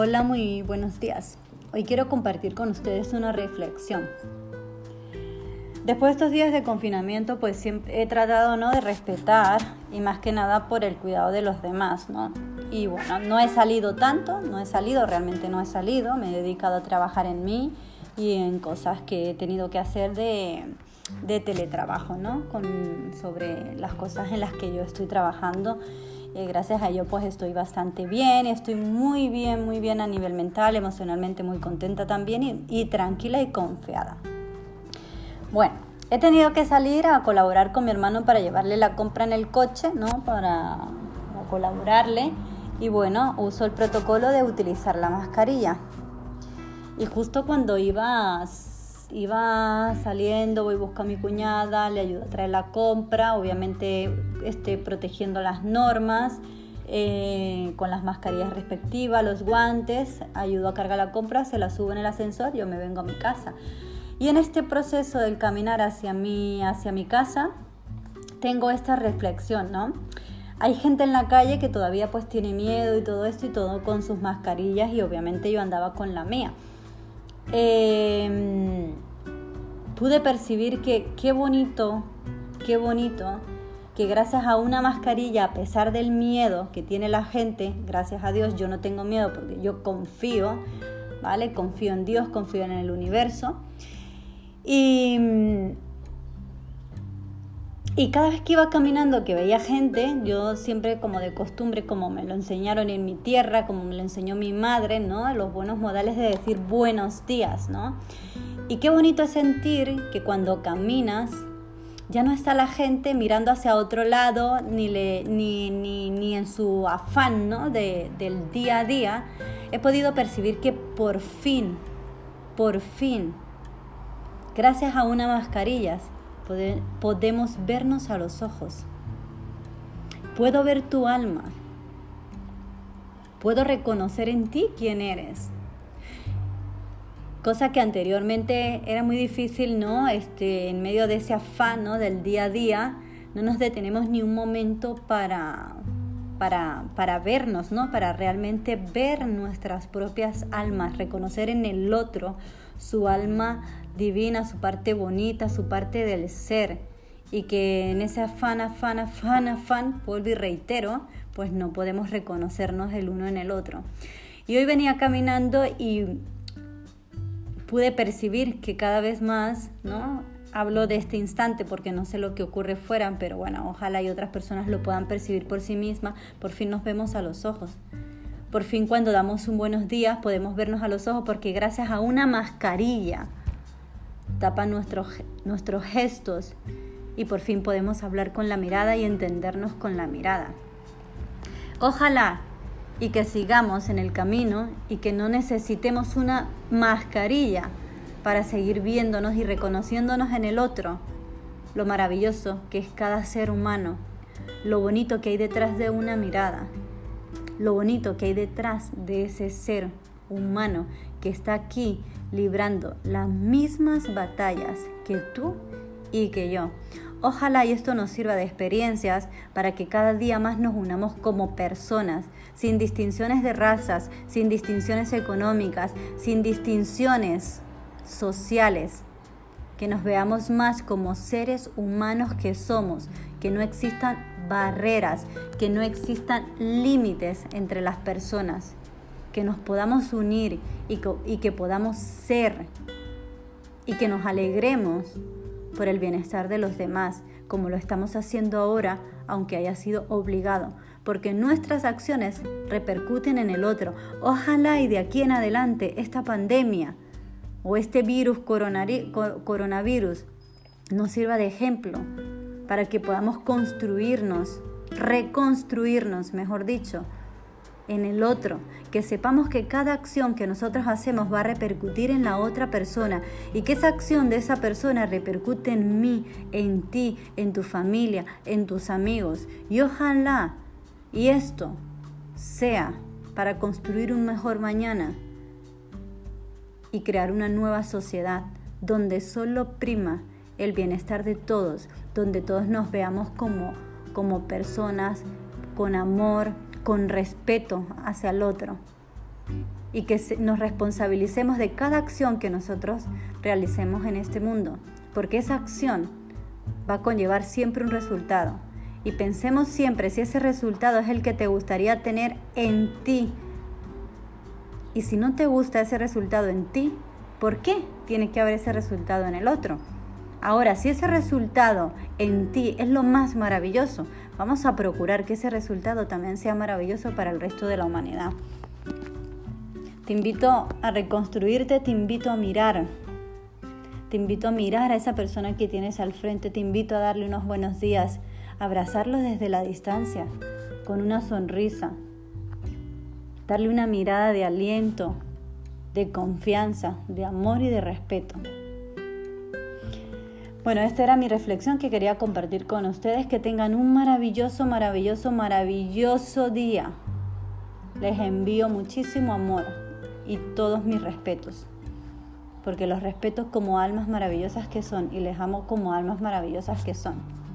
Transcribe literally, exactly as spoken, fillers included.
Hola, muy buenos días. Hoy quiero compartir con ustedes una reflexión. Después de estos días de confinamiento, pues siempre he tratado, ¿no?, de respetar y más que nada por el cuidado de los demás, ¿no? Y bueno, no he salido tanto, no he salido, realmente no he salido. Me he dedicado a trabajar en mí y en cosas que he tenido que hacer de, de teletrabajo, ¿no? Con, sobre las cosas en las que yo estoy trabajando. Eh, gracias a ello pues estoy bastante bien, estoy muy bien, muy bien a nivel mental, emocionalmente muy contenta también y, y tranquila y confiada. Bueno, he tenido que salir a colaborar con mi hermano para llevarle la compra en el coche, ¿no? Para, para colaborarle y bueno, uso el protocolo de utilizar la mascarilla. Y justo cuando iba, iba saliendo, voy a buscar a mi cuñada, le ayudo a traer la compra, obviamente este, protegiendo las normas, eh, con las mascarillas respectivas, los guantes, ayudo a cargar la compra, se la subo en el ascensor, yo me vengo a mi casa. Y en este proceso del caminar hacia mi, hacia mi casa, tengo esta reflexión, ¿no? Hay gente en la calle que todavía pues tiene miedo y todo esto y todo con sus mascarillas y obviamente yo andaba con la mía. Eh, pude percibir que qué bonito, qué bonito que gracias a una mascarilla, a pesar del miedo que tiene la gente, gracias a Dios yo no tengo miedo porque yo confío, ¿vale? Confío en Dios, confío en el universo. Y, y cada vez que iba caminando, que veía gente, yo siempre como de costumbre, como me lo enseñaron en mi tierra, como me lo enseñó mi madre, ¿no? Los buenos modales de decir buenos días, ¿no? Y qué bonito es sentir que cuando caminas ya no está la gente mirando hacia otro lado, ni, le, ni, ni, ni en su afán, ¿no? de, del día a día. He podido percibir que por fin, por fin, gracias a unas mascarillas, pode, podemos vernos a los ojos. Puedo ver tu alma. Puedo reconocer en ti quién eres. Cosa que anteriormente era muy difícil, ¿no? Este, en medio de ese afán, ¿no?, del día a día, no nos detenemos ni un momento para, para, para vernos, ¿no? Para realmente ver nuestras propias almas, reconocer en el otro su alma divina, su parte bonita, su parte del ser. Y que en ese afán, afán, afán, afán, vuelvo y reitero, pues no podemos reconocernos el uno en el otro. Y hoy venía caminando y pude percibir que cada vez más, ¿no? Hablo de este instante porque no sé lo que ocurre fuera, pero bueno, ojalá y otras personas lo puedan percibir por sí mismas. Por fin nos vemos a los ojos. Por fin cuando damos un buenos días podemos vernos a los ojos porque gracias a una mascarilla tapan nuestros, nuestros gestos y por fin podemos hablar con la mirada y entendernos con la mirada. Ojalá y que sigamos en el camino y que no necesitemos una mascarilla para seguir viéndonos y reconociéndonos en el otro, lo maravilloso que es cada ser humano, lo bonito que hay detrás de una mirada, lo bonito que hay detrás de ese ser humano que está aquí librando las mismas batallas que tú y que yo. Ojalá y esto nos sirva de experiencias para que cada día más nos unamos como personas, sin distinciones de razas, sin distinciones económicas, sin distinciones sociales, que nos veamos más como seres humanos que somos, que no existan barreras, que no existan límites entre las personas, que nos podamos unir y que, y que podamos ser y que nos alegremos por el bienestar de los demás, como lo estamos haciendo ahora, aunque haya sido obligado, porque nuestras acciones repercuten en el otro. Ojalá y de aquí en adelante esta pandemia o este virus coronari- coronavirus nos sirva de ejemplo para que podamos construirnos, reconstruirnos, mejor dicho, en el otro, que sepamos que cada acción que nosotros hacemos va a repercutir en la otra persona y que esa acción de esa persona repercute en mí, en ti, en tu familia, en tus amigos. Y ojalá y esto sea para construir un mejor mañana y crear una nueva sociedad donde solo prima el bienestar de todos, donde todos nos veamos como, como personas con amor, con respeto hacia el otro. y que nos responsabilicemos de cada acción que nosotros realicemos en este mundo, porque esa acción va a conllevar siempre un resultado. Y pensemos siempre si ese resultado es el que te gustaría tener en ti. Y si no te gusta ese resultado en ti, ¿por qué tiene que haber ese resultado en el otro? Ahora, si ese resultado en ti es lo más maravilloso, vamos a procurar que ese resultado también sea maravilloso para el resto de la humanidad. Te invito a reconstruirte, te invito a mirar. Te invito a mirar a esa persona que tienes al frente, te invito a darle unos buenos días, abrazarlo desde la distancia, con una sonrisa, darle una mirada de aliento, de confianza, de amor y de respeto. Bueno, esta era mi reflexión que quería compartir con ustedes. Que tengan un maravilloso, maravilloso, maravilloso día. Les envío muchísimo amor y todos mis respetos, porque los respeto como almas maravillosas que son y les amo como almas maravillosas que son.